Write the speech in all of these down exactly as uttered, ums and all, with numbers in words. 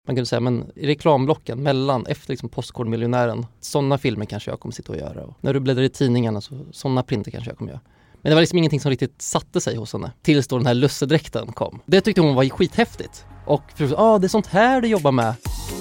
Man kan säga, men i reklamblocken mellan, efter liksom Postkodmiljonären, sådana filmer kanske jag kommer sitta och göra. Och när du bläddrar i tidningarna, så sådana printer kanske jag kommer göra. Men det var liksom ingenting som riktigt satte sig hos henne. Tills då den här lussedräkten kom. Det tyckte hon var skithäftigt. Och för att ah, det är sånt här du jobbar med.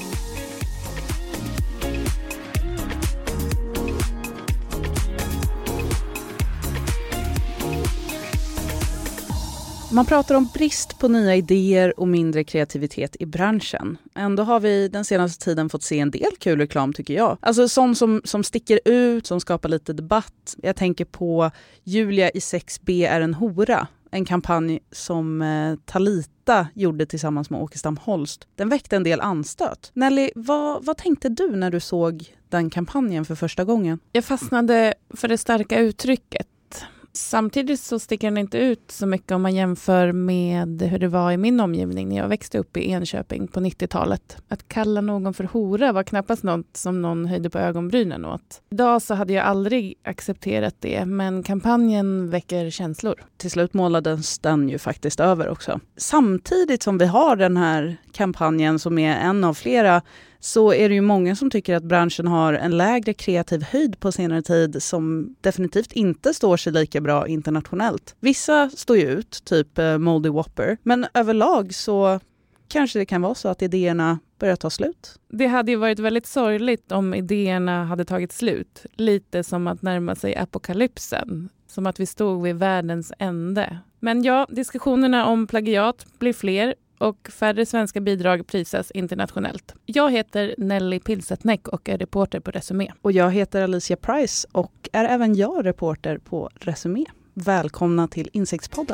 Man pratar om brist på nya idéer och mindre kreativitet i branschen. Ändå har vi den senaste tiden fått se en del kul reklam, tycker jag. Alltså sån som, som sticker ut, som skapar lite debatt. Jag tänker på Julia i sex B är en hora. En kampanj som eh, Talita gjorde tillsammans med Åkestam Holst. Den väckte en del anstöt. Nelly, vad, vad tänkte du när du såg den kampanjen för första gången? Jag fastnade för det starka uttrycket. Samtidigt så sticker den inte ut så mycket om man jämför med hur det var i min omgivning när jag växte upp i Enköping på nittiotalet. Att kalla någon för hora var knappast något som någon höjde på ögonbrynen åt. Idag så hade jag aldrig accepterat det, men kampanjen väcker känslor. Till slut målades den ju faktiskt över också. Samtidigt som vi har den här kampanjen som är en av flera, så är det ju många som tycker att branschen har en lägre kreativ höjd på senare tid som definitivt inte står sig lika bra internationellt. Vissa står ju ut, typ Moldy Whopper, men överlag så kanske det kan vara så att idéerna börjar ta slut. Det hade ju varit väldigt sorgligt om idéerna hade tagit slut. Lite som att närma sig apokalypsen. Som att vi stod vid världens ände. Men ja, diskussionerna om plagiat blir fler och färre svenska bidrag prisas internationellt. Jag heter Nelly Pilsetneck och är reporter på Resumé. Och jag heter Alicia Price och är även jag reporter på Resumé. Välkomna till Insiktspodden.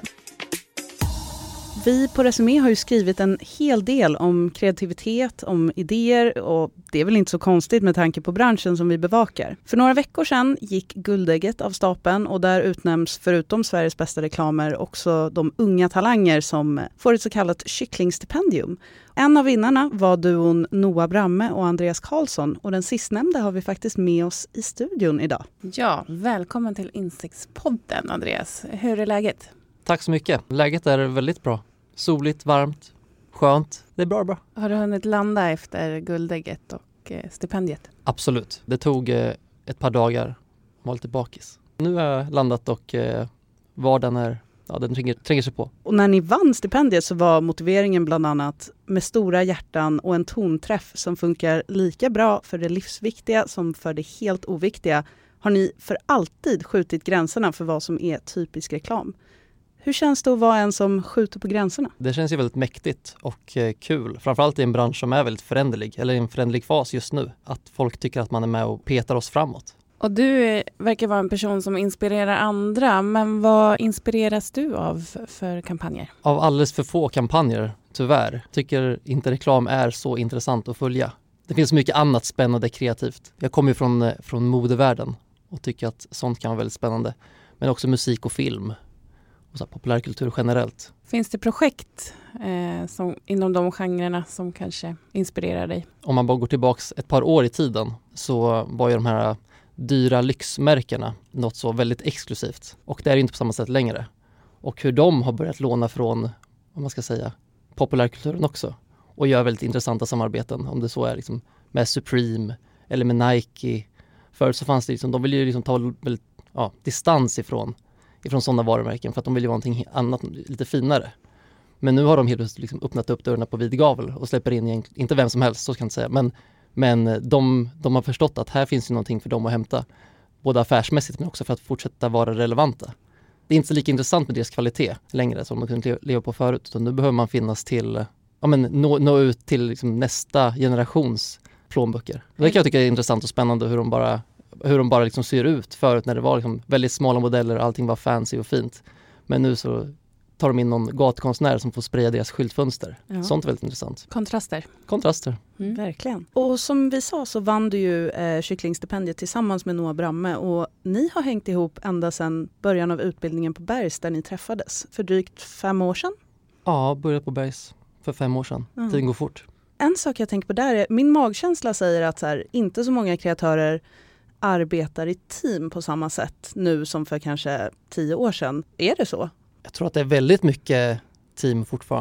Vi på Resumé har ju skrivit en hel del om kreativitet, om idéer, och det är väl inte så konstigt med tanke på branschen som vi bevakar. För några veckor sedan gick Guldägget av stapeln och där utnämns förutom Sveriges bästa reklamer också de unga talanger som får ett så kallat kycklingstipendium. En av vinnarna var duon Noah Bramme och Andreas Karlsson, och den sistnämnda har vi faktiskt med oss i studion idag. Ja, välkommen till Insiktspodden, Andreas. Hur är läget? Tack så mycket. Läget är väldigt bra. Soligt, varmt, skönt. Det är bra, bra. Har du hunnit landa efter Guldägget och eh, stipendiet? Absolut. Det tog eh, ett par dagar. Var lite bakis. Nu har jag landat och eh, vardagen är, ja, den tränger, tränger sig på. Och när ni vann stipendiet så var motiveringen bland annat med stora hjärtan och en tonträff som funkar lika bra för det livsviktiga som för det helt oviktiga har ni för alltid skjutit gränserna för vad som är typisk reklam. Hur känns det att vara en som skjuter på gränserna? Det känns ju väldigt mäktigt och eh, kul. Framförallt i en bransch som är väldigt föränderlig, eller i en föränderlig fas just nu. Att folk tycker att man är med och petar oss framåt. Och du verkar vara en person som inspirerar andra, men vad inspireras du av för kampanjer? Av alldeles för få kampanjer, tyvärr. Tycker inte reklam är så intressant att följa. Det finns mycket annat spännande kreativt. Jag kommer ju från, från modevärlden och tycker att sånt kan vara väldigt spännande. Men också musik och film. Och så populärkultur generellt. Finns det projekt eh, som, inom de genrerna som kanske inspirerar dig? Om man bara går tillbaks ett par år i tiden så var ju de här dyra lyxmärkena något så väldigt exklusivt. Och det är inte på samma sätt längre. Och hur de har börjat låna från, vad man ska säga, populärkulturen också. Och gör väldigt intressanta samarbeten. Om det så är liksom med Supreme eller med Nike. Förut så fanns det liksom, de ville ju liksom ta väldigt, ja, distans ifrån ifrån sådana varumärken för att de vill ju vara någonting annat, lite finare. Men nu har de helt plötsligt liksom öppnat upp dörrarna på vid gavel och släpper in, igen, inte vem som helst, så kan jag säga, men, men de, de har förstått att här finns ju någonting för dem att hämta, både affärsmässigt men också för att fortsätta vara relevanta. Det är inte så lika intressant med deras kvalitet längre som de kunde leva på förut, utan nu behöver man finnas till, ja, men nå, nå ut till liksom nästa generations plånböcker. Det kan jag tycka är intressant och spännande hur de bara hur de bara liksom ser ut förut när det var liksom väldigt smala modeller och allting var fancy och fint. Men nu så tar de in någon gatkonstnär som får spraya deras skyltfönster. Ja. Sånt är väldigt intressant. Kontraster. Kontraster. Mm. Verkligen. Och som vi sa så vann du ju eh, kycklingstipendiet tillsammans med Noah Bramme, och ni har hängt ihop ända sedan början av utbildningen på Bergs där ni träffades för drygt fem år sedan. Ja, började på Bergs för fem år sedan. Mm. Tiden går fort. En sak jag tänker på där är, min magkänsla säger att så här, inte så många kreatörer arbetar i team på samma sätt nu som för kanske tio år sedan. Är det så? Jag tror att det är väldigt mycket team fortfarande.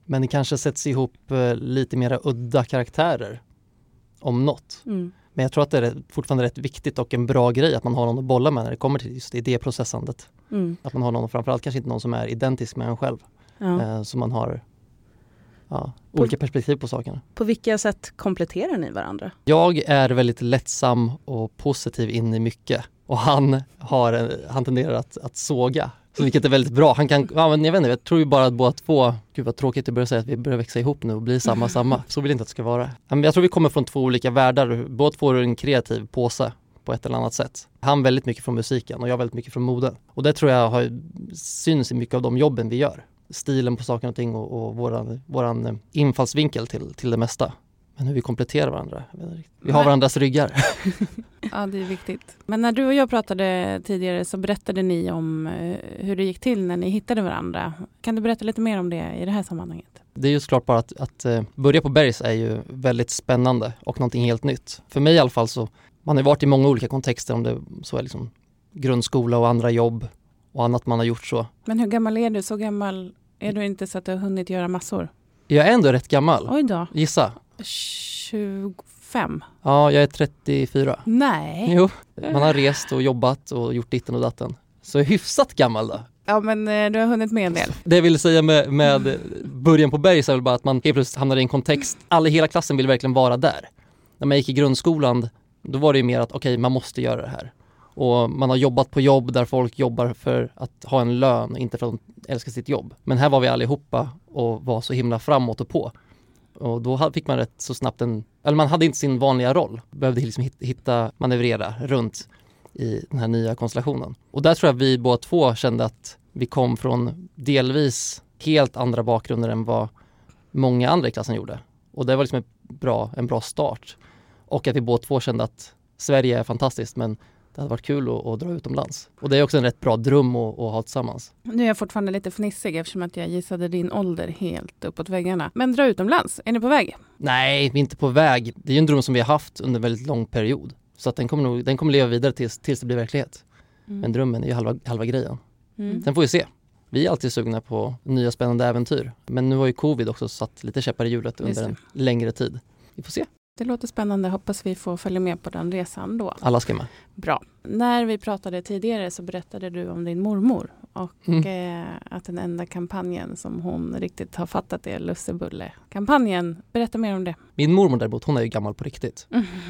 Men det kanske sätts ihop eh, lite mera udda karaktärer om något. Mm. Men jag tror att det är fortfarande rätt viktigt och en bra grej att man har någon att bolla med när det kommer till just idéprocessandet. Mm. Att man har någon, framförallt kanske inte någon som är identisk med en själv. Ja. Eh, så man har ja, olika perspektiv på sakerna. På vilka sätt kompletterar ni varandra? Jag är väldigt lättsam och positiv in i mycket. Och han, har, en- han tenderar att, att såga. Så vilket är väldigt bra. Han kan, ja, men jag vet inte, jag tror ju bara att båda två, gud vad tråkigt att börja säga att vi börjar växa ihop nu och bli samma, samma. Så vill jag inte att det ska vara. Ja, men jag tror vi kommer från två olika världar. Båda får en kreativ påse på ett eller annat sätt. Han väldigt mycket från musiken och jag väldigt mycket från moden. Och det tror jag har, syns i mycket av de jobben vi gör. Stilen på saker och ting och, och våran, våran infallsvinkel till, till det mesta. Men hur vi kompletterar varandra. Jag vet inte riktigt. Vi har varandras ryggar. Ja, det är viktigt. Men när du och jag pratade tidigare så berättade ni om eh, hur det gick till när ni hittade varandra. Kan du berätta lite mer om det i det här sammanhanget? Det är ju såklart bara att, att uh, börja på Bergs är ju väldigt spännande och någonting helt nytt. För mig i alla fall så, man har varit i många olika kontexter om det så är liksom grundskola och andra jobb och annat man har gjort så. Men hur gammal är du? Så gammal är du inte så att du har hunnit göra massor? Jag är ändå rätt gammal. Oj då. Gissa. tjugofem? Ja, jag är trettiofyra. Nej. Jo, man har rest och jobbat och gjort ditten och datten. Så jag är hyfsat gammal då. Ja, men eh, du har hunnit med en del. Det jag vill säga med, med början på Bergs är väl bara att man helt plötsligt hamnar i en kontext. Alla i hela klassen vill verkligen vara där. När man gick i grundskolan, då var det ju mer att okej, okay, man måste göra det här. Och man har jobbat på jobb där folk jobbar för att ha en lön, inte för att de älskar sitt jobb. Men här var vi allihopa och var så himla framåt och på. Och då fick man rätt så snabbt en, eller man hade inte sin vanliga roll. Behövde liksom hitta, manövrera runt i den här nya konstellationen. Och där tror jag vi båda två kände att vi kom från delvis helt andra bakgrunder än vad många andra i klassen gjorde. Och det var liksom ett bra, en bra start. Och att vi båda två kände att Sverige är fantastiskt, men det hade varit kul att, att dra utomlands. Och det är också en rätt bra dröm att, att ha tillsammans. Nu är jag fortfarande lite fnissig eftersom att jag gissade din ålder helt uppåt väggarna. Men dra utomlands, är ni på väg? Nej, vi är inte på väg. Det är ju en dröm som vi har haft under en väldigt lång period. Så att den kommer nog, den kommer leva vidare tills, tills det blir verklighet. Mm. Men drömmen är ju halva, halva grejen. Mm. Sen får vi se. Vi är alltid sugna på nya spännande äventyr. Men nu har ju covid också satt lite käppar i hjulet under en längre tid. Vi får se. Det låter spännande. Hoppas vi får följa med på den resan då. Alla ska med. Bra. När vi pratade tidigare så berättade du om din mormor. Och mm. eh, att den enda kampanjen som hon riktigt har fattat är Lussebulle-kampanjen. Berätta mer om det. Min mormor däremot, hon är ju gammal på riktigt.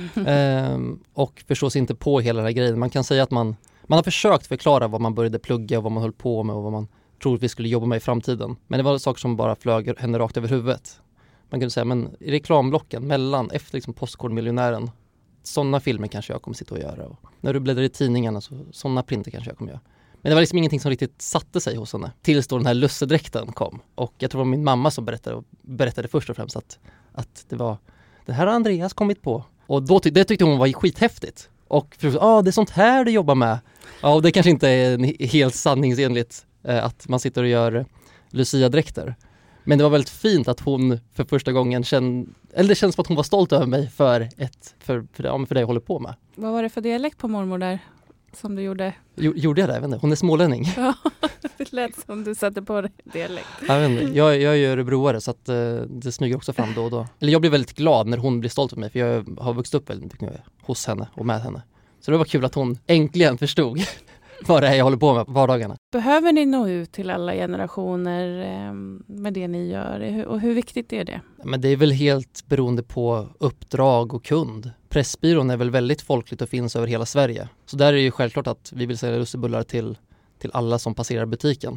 ehm, och förstås inte på hela den här grejen. Man kan säga att man, man har försökt förklara vad man började plugga och vad man höll på med och vad man tror vi skulle jobba med i framtiden. Men det var saker som bara flög henne rakt över huvudet. Man kunde säga, men i reklamblocken mellan, efter liksom Postkodmiljonären, sådana filmer kanske jag kommer sitta och göra. Och när du bläddrar i tidningarna, så sådana printer kanske jag kommer göra. Men det var liksom ingenting som riktigt satte sig hos henne. Tills då den här lussedräkten kom. Och jag tror det var min mamma som berättade, berättade först och främst att, att det var, det här har Andreas kommit på. Och då, det tyckte hon var skithäftigt. Och ja, ah, det är sånt här du jobbar med. Ja, och det kanske inte är helt sanningsenligt eh, att man sitter och gör Lucia-dräkter. Men det var väldigt fint att hon för första gången kände, eller det känns som att hon var stolt över mig för, ett, för, för, ja, för det jag håller på med. Vad var det för dialekt på mormor där som du gjorde? Jo, gjorde jag det? Jag vet inte. Hon är smålänning. Ja, det lät som du satte på dig dialekt. Jag vet inte. Jag, jag är ju örebroare så att uh, det smyger också fram då och då. Eller jag blir väldigt glad när hon blir stolt över mig för jag har vuxit upp väldigt mycket hos henne och med henne. Så det var kul att hon äntligen förstod vad det är jag håller på med på vardagarna. Behöver ni nå ut till alla generationer eh, med det ni gör? Och hur viktigt är det? Men det är väl helt beroende på uppdrag och kund. Pressbyrån är väl väldigt folkligt och finns över hela Sverige. Så där är det ju självklart att vi vill sälja lussebullar till, till alla som passerar butiken.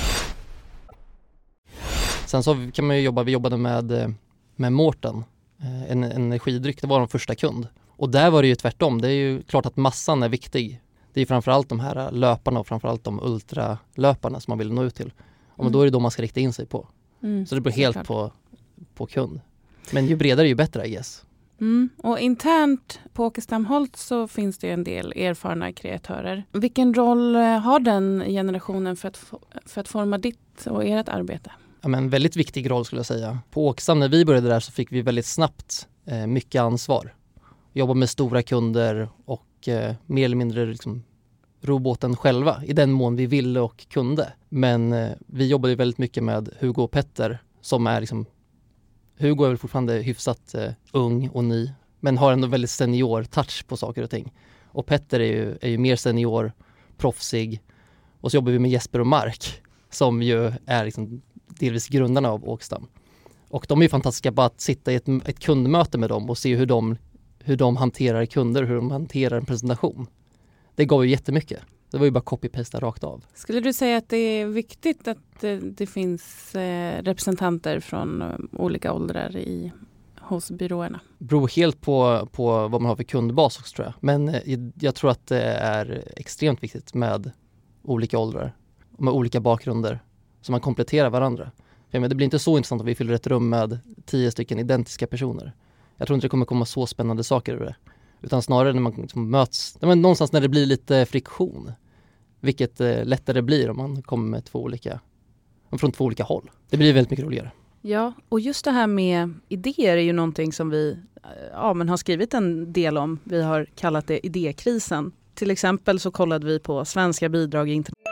Sen så kan man ju jobba, vi jobbade med, med Mårten, en, en energidryck, det var de första kund. Och där var det ju tvärtom, det är ju klart att massan är viktig. Det är framförallt de här löparna och framförallt de ultralöparna som man vill nå ut till. Och mm. då är det då man ska rikta in sig på. Mm, så det beror helt på, på kund. Men ju bredare ju bättre, I guess. Mm. Och internt på Åkestamholt så finns det en del erfarna kreatörer. Vilken roll har den generationen för att, för att forma ditt och ert arbete? Ja, men en väldigt viktig roll skulle jag säga. På Åkestam när vi började där så fick vi väldigt snabbt eh, mycket ansvar. Jobba med stora kunder och eh, mer eller mindre liksom roboten själva i den mån vi ville och kunde. Men eh, vi jobbade väldigt mycket med Hugo och Petter som är liksom, Hugo är väl fortfarande hyfsat eh, ung och ny, men har ändå väldigt senior touch på saker och ting. Och Petter är ju, är ju mer senior, proffsig. Och så jobbar vi med Jesper och Mark som ju är liksom delvis grundarna av Åkstam. Och de är ju fantastiska på att sitta i ett, ett kundmöte med dem och se hur de, hur de hanterar kunder, hur de hanterar en presentation. Det gav ju jättemycket. Det var ju bara copy-pasta rakt av. Skulle du säga att det är viktigt att det, det finns eh, representanter från eh, olika åldrar i, hos byråerna? Det beror helt på, på vad man har för kundbas också, tror jag. Men eh, jag tror att det är extremt viktigt med olika åldrar och med olika bakgrunder så man kompletterar varandra. För det blir inte så intressant om vi fyller ett rum med tio stycken identiska personer. Jag tror inte det kommer komma så spännande saker ur det. Utan snarare när man liksom möts, men någonstans när det blir lite friktion. Vilket eh, lättare blir om man kommer med två olika, från två olika håll. Det blir väldigt mycket roligare. Ja, och just det här med idéer är ju någonting som vi ja, men har skrivit en del om. Vi har kallat det idékrisen. Till exempel så kollade vi på svenska bidrag i internet.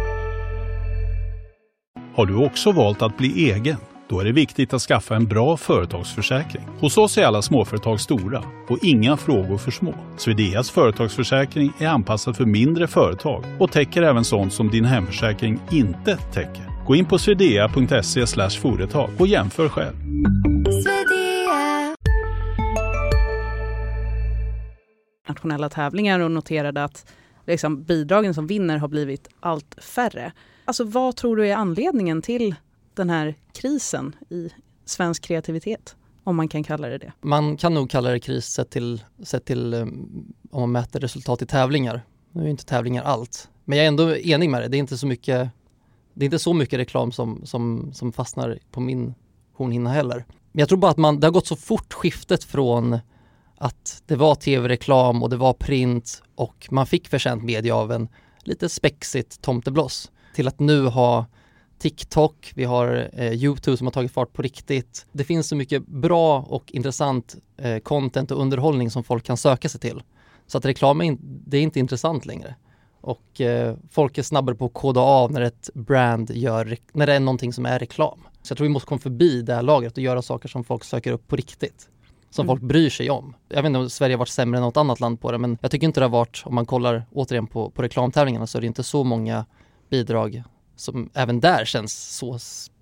Har du också valt att bli egen? Då är det viktigt att skaffa en bra företagsförsäkring. Hos oss är alla småföretag stora och inga frågor för små. Swedeas företagsförsäkring är anpassad för mindre företag och täcker även sånt som din hemförsäkring inte täcker. Gå in på swedea punkt se slash företag och jämför själv. Nationella tävlingar och noterade att liksom, bidragen som vinner har blivit allt färre. Alltså vad tror du är anledningen till den här krisen i svensk kreativitet, om man kan kalla det det? Man kan nog kalla det kris sett till, sett till um, om man mäter resultat i tävlingar. Nu är ju inte tävlingar allt. Men jag är ändå enig med det. Det är inte så mycket, det är inte så mycket reklam som, som, som fastnar på min hornhinna heller. Men jag tror bara att man, det har gått så fort skiftet från att det var tv-reklam och det var print och man fick förtjänt media av en lite spexigt tomtebloss till att nu ha TikTok, vi har eh, YouTube som har tagit fart på riktigt. Det finns så mycket bra och intressant eh, content och underhållning som folk kan söka sig till. Så att reklam är, in, det är inte intressant längre. Och eh, folk är snabbare på att koda av när ett brand gör, när det är någonting som är reklam. Så jag tror vi måste komma förbi det här lagret och göra saker som folk söker upp på riktigt. Som mm. folk bryr sig om. Jag vet inte om Sverige har varit sämre än något annat land på det, men jag tycker inte det har varit, om man kollar återigen på, på reklamtävlingarna, så är det inte så många bidrag som även där känns så,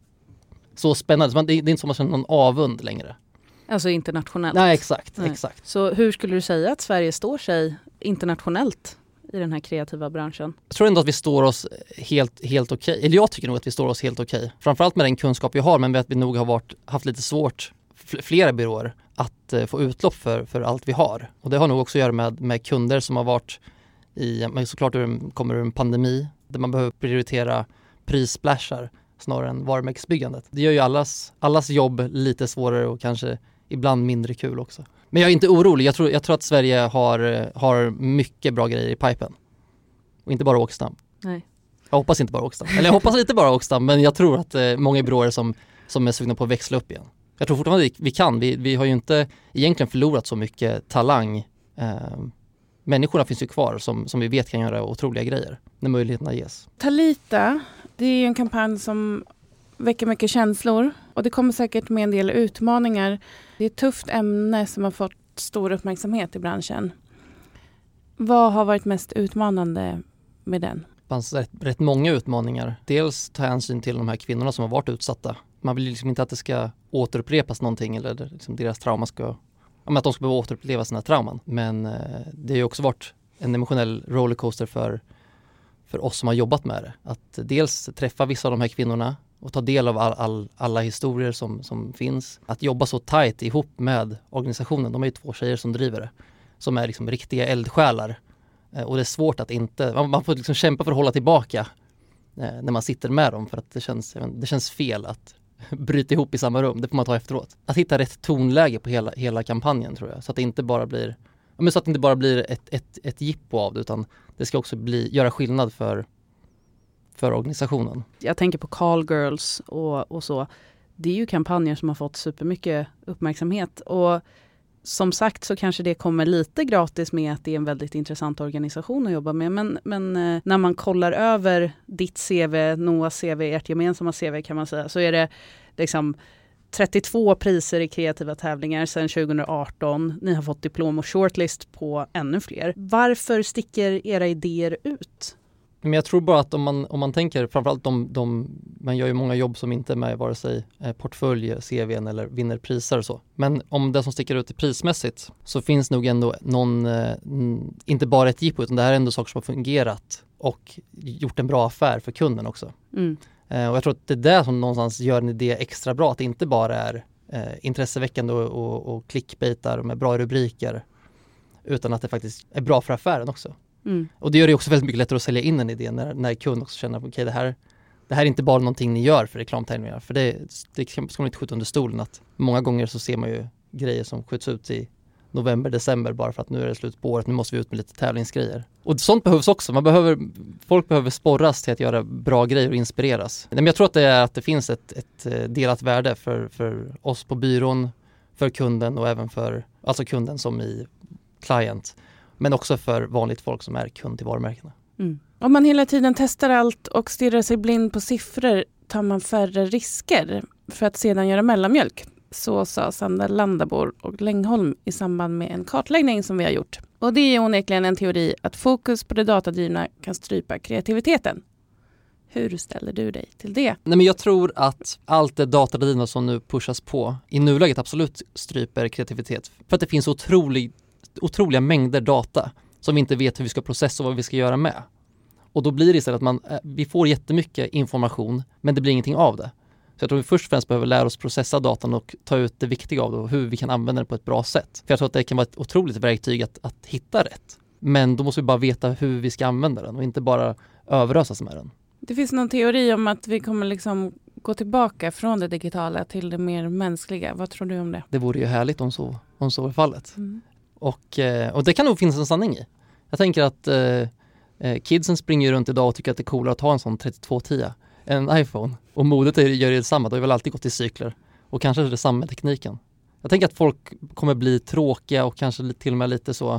så spännande. Det är inte som att man känner någon avund längre. Alltså internationellt? Nej, exakt, Nej. exakt. Så hur skulle du säga att Sverige står sig internationellt i den här kreativa branschen? Jag tror ändå att vi står oss helt, helt okej. Eller jag tycker nog att vi står oss helt okej. Framförallt med den kunskap vi har, men att vi nog har varit, haft lite svårt, flera byråer, att uh, få utlopp för, för allt vi har. Och det har nog också att göra med, med kunder som har varit i, men såklart ur, kommer ur en pandemi, där man behöver prioritera prissplashar snarare än varumärkesbyggandet. Det gör ju allas, allas jobb lite svårare och kanske ibland mindre kul också. Men jag är inte orolig. Jag tror, jag tror att Sverige har, har mycket bra grejer i pipen. Och inte bara Åkstam. Nej. Jag hoppas inte bara Åkstam. Eller jag hoppas inte bara Åkstam, men jag tror att eh, många byråer som, som är sugna på att växla upp igen. Jag tror fortfarande vi, vi kan. Vi, vi har ju inte egentligen förlorat så mycket talang. Eh, människorna finns ju kvar som, som vi vet kan göra otroliga grejer när möjligheterna ges. Talita, det är ju en kampanj som väcker mycket känslor och det kommer säkert med en del utmaningar. Det är ett tufft ämne som har fått stor uppmärksamhet i branschen. Vad har varit mest utmanande med den? Det fanns rätt, rätt många utmaningar. Dels ta hänsyn till de här kvinnorna som har varit utsatta. Man vill liksom inte att det ska återupprepas någonting eller liksom deras trauma ska, att de ska behöva återuppleva sina trauman. Men eh, det har ju också varit en emotionell rollercoaster för, för oss som har jobbat med det. Att dels träffa vissa av de här kvinnorna och ta del av all, all, alla historier som, som finns. Att jobba så tajt ihop med organisationen. De är ju två tjejer som driver det. Som är liksom riktiga eldsjälar. Eh, och det är svårt att inte, man, man får liksom kämpa för att hålla tillbaka eh, när man sitter med dem. För att det känns, det känns fel att bryta ihop i samma rum. Det får man ta efteråt. Att hitta rätt tonläge på hela, hela kampanjen tror jag. Så att det inte bara blir, men så att det inte bara blir ett, ett, ett jippo av det, utan det ska också bli, göra skillnad för, för organisationen. Jag tänker på Call Girls och, och så. Det är ju kampanjer som har fått supermycket uppmärksamhet. Och som sagt så kanske det kommer lite gratis med att det är en väldigt intressant organisation att jobba med. Men, men eh, när man kollar över ditt C V, Noahs C V, ert gemensamma C V kan man säga, så är det, liksom trettiotvå priser i kreativa tävlingar sedan tjugo arton. Ni har fått diplom och shortlist på ännu fler. Varför sticker era idéer ut? Men jag tror bara att om man, om man tänker, framförallt de, de, man gör ju många jobb som inte är med vare sig eh, portfölj, C V:n eller vinner priser och så. Men om det som sticker ut är prismässigt så finns nog ändå någon, eh, inte bara ett jippo, utan det här är ändå saker som har fungerat och gjort en bra affär för kunden också. Mm. Eh, och jag tror att det är det som någonstans gör en idé extra bra, att det inte bara är eh, intresseväckande och, och, och clickbaitar med bra rubriker, utan att det faktiskt är bra för affären också. Mm. Och det gör det också väldigt mycket lättare att sälja in en idé när, när kund också känner att okay, det, här, det här är inte bara någonting ni gör för reklamtävlingar. För det, det ska man inte skjuta under stolen, att många gånger så ser man ju grejer som skjuts ut i november, december bara för att nu är det slut på året, nu måste vi ut med lite tävlingsgrejer. Och sånt behövs också. Man behöver, folk behöver sporras till att göra bra grejer och inspireras. Men jag tror att det är att det finns ett, ett delat värde för, för oss på byrån, för kunden och även för, alltså kunden som i client. Men också för vanligt folk som är kund till varumärkena. Mm. Om man hela tiden testar allt och stirrar sig blind på siffror tar man färre risker för att sedan göra mellanmjölk. Så sa Sandra Landabor och Längholm i samband med en kartläggning som vi har gjort. Och det är onekligen en teori att fokus på det datadrivna kan strypa kreativiteten. Hur ställer du dig till det? Nej, men jag tror att allt det datadrivna som nu pushas på i nuläget absolut stryper kreativitet. För att det finns otrolig, otroliga mängder data som vi inte vet hur vi ska processa och vad vi ska göra med. Och då blir det istället att man, vi får jättemycket information men det blir ingenting av det. Så jag tror vi först och främst behöver lära oss processa datan och ta ut det viktiga av det och hur vi kan använda det på ett bra sätt. För jag tror att det kan vara ett otroligt verktyg att, att hitta rätt. Men då måste vi bara veta hur vi ska använda den och inte bara överösas med den. Det finns någon teori om att vi kommer liksom gå tillbaka från det digitala till det mer mänskliga. Vad tror du om det? Det vore ju härligt om så, om så är fallet. Mm. Och, och det kan nog finnas en sanning i. Jag tänker att eh, kidsen springer runt idag och tycker att det är coolare att ha en sån trettiotvå tio en iPhone. Och modet gör det detsamma. Det har väl alltid gått i cykler. Och kanske är det detsamma med tekniken. Jag tänker att folk kommer bli tråkiga och kanske till och med lite så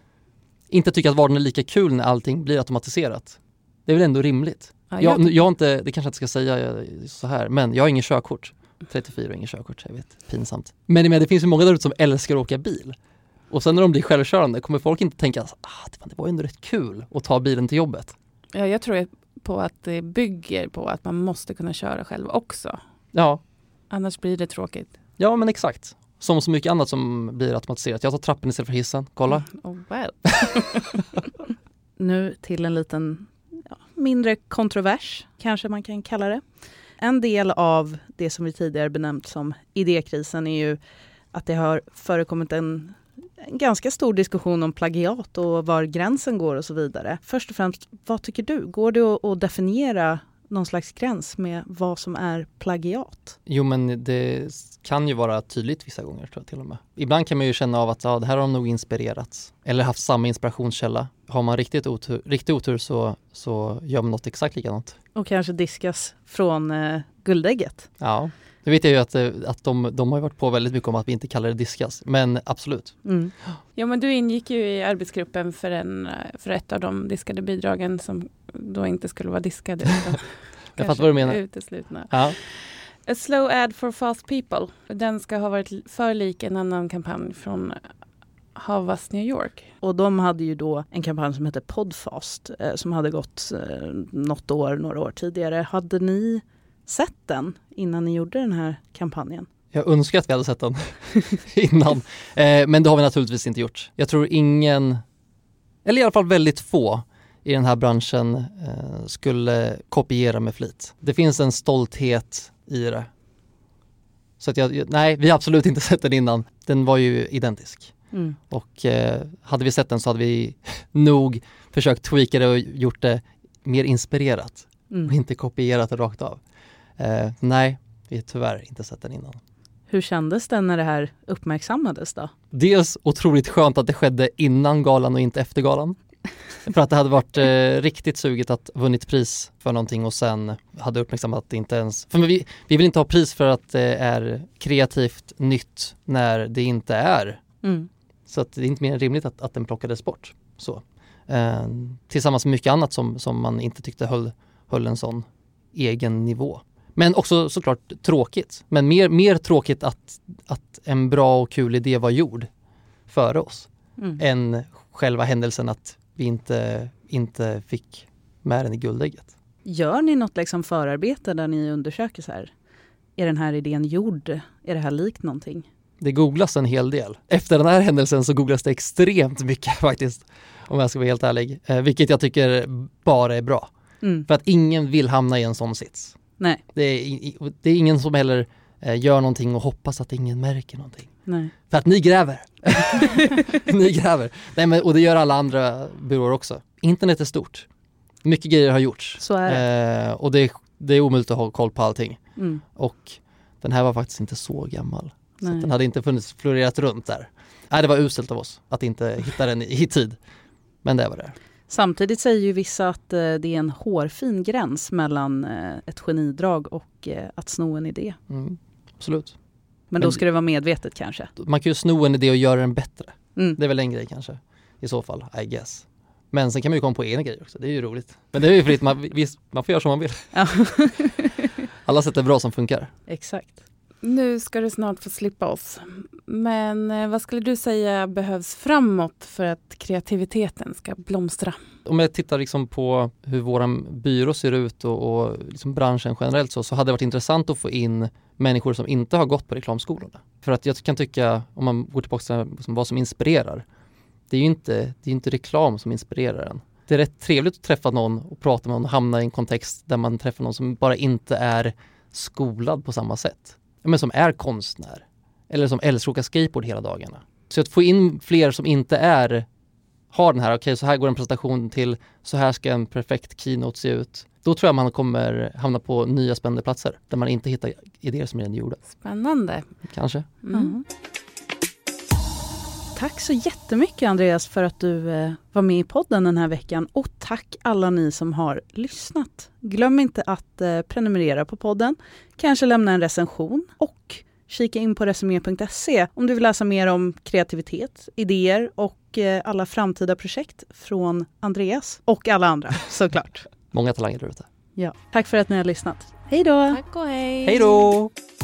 inte tycka att vardagen är lika kul när allting blir automatiserat. Det är väl ändå rimligt. Ja, jag, jag... jag inte, det kanske jag inte ska säga så här, men jag har ingen körkort. trettiofyra och ingen körkort, jag vet. Pinsamt. Men det finns ju många där ute som älskar att åka bil. Och sen när de blir självkörande kommer folk inte tänka att ah, det var ändå rätt kul att ta bilen till jobbet. Ja, jag tror på att det bygger på att man måste kunna köra själv också. Ja. Annars blir det tråkigt. Ja, men exakt. Som så mycket annat som blir automatiserat. Jag tar trappen istället för hissen. Kolla. Mm. Oh, well. Nu till en liten ja, mindre kontrovers, kanske man kan kalla det. En del av det som vi tidigare benämnt som idékrisen är ju att det har förekommit en, en ganska stor diskussion om plagiat och var gränsen går och så vidare. Först och främst, vad tycker du? Går det att, att definiera någon slags gräns med vad som är plagiat? Jo, men det kan ju vara tydligt vissa gånger tror jag till och med. Ibland kan man ju känna av att ja, det här har nog inspirerats eller haft samma inspirationskälla. Har man riktigt otur, riktigt otur så, så gör man något exakt likadant. Och kanske diskas från eh, guldägget. Ja, det vet jag ju att, att de, de har varit på väldigt mycket om att vi inte kallar det diskas. Men absolut. Mm. Ja, men du ingick ju i arbetsgruppen för, en, för ett av de diskade bidragen som då inte skulle vara diskade. Jag fattar vad du menar. Uteslutna. Ja. A slow ad for fast people. Den ska ha varit för lik en annan kampanj från Havas New York. Och de hade ju då en kampanj som heter Podfast eh, som hade gått eh, något år, några år tidigare. Hade ni sett den innan ni gjorde den här kampanjen? Jag önskar att vi hade sett den innan. Eh, men det har vi naturligtvis inte gjort. Jag tror ingen, eller i alla fall väldigt få i den här branschen eh, skulle kopiera med flit. Det finns en stolthet i det. Så att jag, nej, vi har absolut inte sett den innan. Den var ju identisk. Mm. Och eh, hade vi sett den så hade vi nog försökt tweaka det och gjort det mer inspirerat. Mm. Och inte kopierat det rakt av. Eh, nej, vi har tyvärr inte sett den innan. Hur kändes det när det här uppmärksammades då? Dels otroligt skönt att det skedde innan galan och inte efter galan. För att det hade varit eh, riktigt suget att vunnit pris för någonting och sen hade uppmärksammat att det inte ens... För vi, vi vill inte ha pris för att det är kreativt nytt när det inte är. Mm. Så att det är inte mer rimligt att, att den plockades bort. Så. Eh, tillsammans med mycket annat som, som man inte tyckte höll, höll en sån egen nivå. Men också såklart tråkigt. Men mer, mer tråkigt att, att en bra och kul idé var gjord före oss. Mm. Än själva händelsen att vi inte, inte fick med den i guldägget. Gör ni något liksom förarbete där ni undersöker så här? Är den här idén gjord? Är det här likt någonting? Det googlas en hel del. Efter den här händelsen så googlas det extremt mycket faktiskt. Om jag ska vara helt ärlig. Eh, vilket jag tycker bara är bra. Mm. För att ingen vill hamna i en sån sits. Nej. Det är, det är ingen som heller eh, gör någonting och hoppas att ingen märker någonting. Nej. För att ni gräver. ni gräver. Nej, men, och det gör alla andra byråer också. Internet är stort. Mycket grejer har gjorts. Så är det. Eh, och det är, det är omöjligt att ha koll på allting. Mm. Och den här var faktiskt inte så gammal. Nej. Så att den hade inte funnits florerat runt där. Nej, det var uselt av oss att inte hitta den i, i tid. Men det var det. Samtidigt säger ju vissa att eh, det är en hårfin gräns mellan eh, ett genidrag och eh, att sno en idé. Mm, absolut. Men, Men då ska det vara medvetet kanske. Man kan ju sno en idé och göra den bättre. Mm. Det är väl en grej kanske. I så fall, I guess. Men sen kan man ju komma på egna grejer också. Det är ju roligt. Men det är ju fritt. Man, visst, man får göra som man vill. Ja. Alla sätt är bra som funkar. Exakt. Nu ska du snart få slippa oss. Men eh, vad skulle du säga behövs framåt för att kreativiteten ska blomstra? Om jag tittar liksom på hur vår byrå ser ut och, och liksom branschen generellt så, så hade det varit intressant att få in människor som inte har gått på reklamskolorna. För att jag kan tycka, om man går tillbaka till liksom vad som inspirerar, det är ju inte, det är inte reklam som inspirerar en. Det är rätt trevligt att träffa någon och prata med någon och hamna i en kontext där man träffar någon som bara inte är skolad på samma sätt. Men som är konstnär. Eller som älskar att åka skateboard hela dagarna. Så att få in fler som inte är har den här, okej okay, så här går en presentation till, så här ska en perfekt keynote se ut. Då tror jag man kommer hamna på nya spännande platser där man inte hittar idéer som redan är gjorda. Spännande. Kanske. Mm. Mm. Tack så jättemycket Andreas för att du eh, var med i podden den här veckan och tack alla ni som har lyssnat. Glöm inte att eh, prenumerera på podden, kanske lämna en recension och kika in på resumé punkt se om du vill läsa mer om kreativitet, idéer och eh, alla framtida projekt från Andreas och alla andra såklart. Många talanger där ute. Ja. Tack för att ni har lyssnat. Hej då! Tack och hej! Hej då!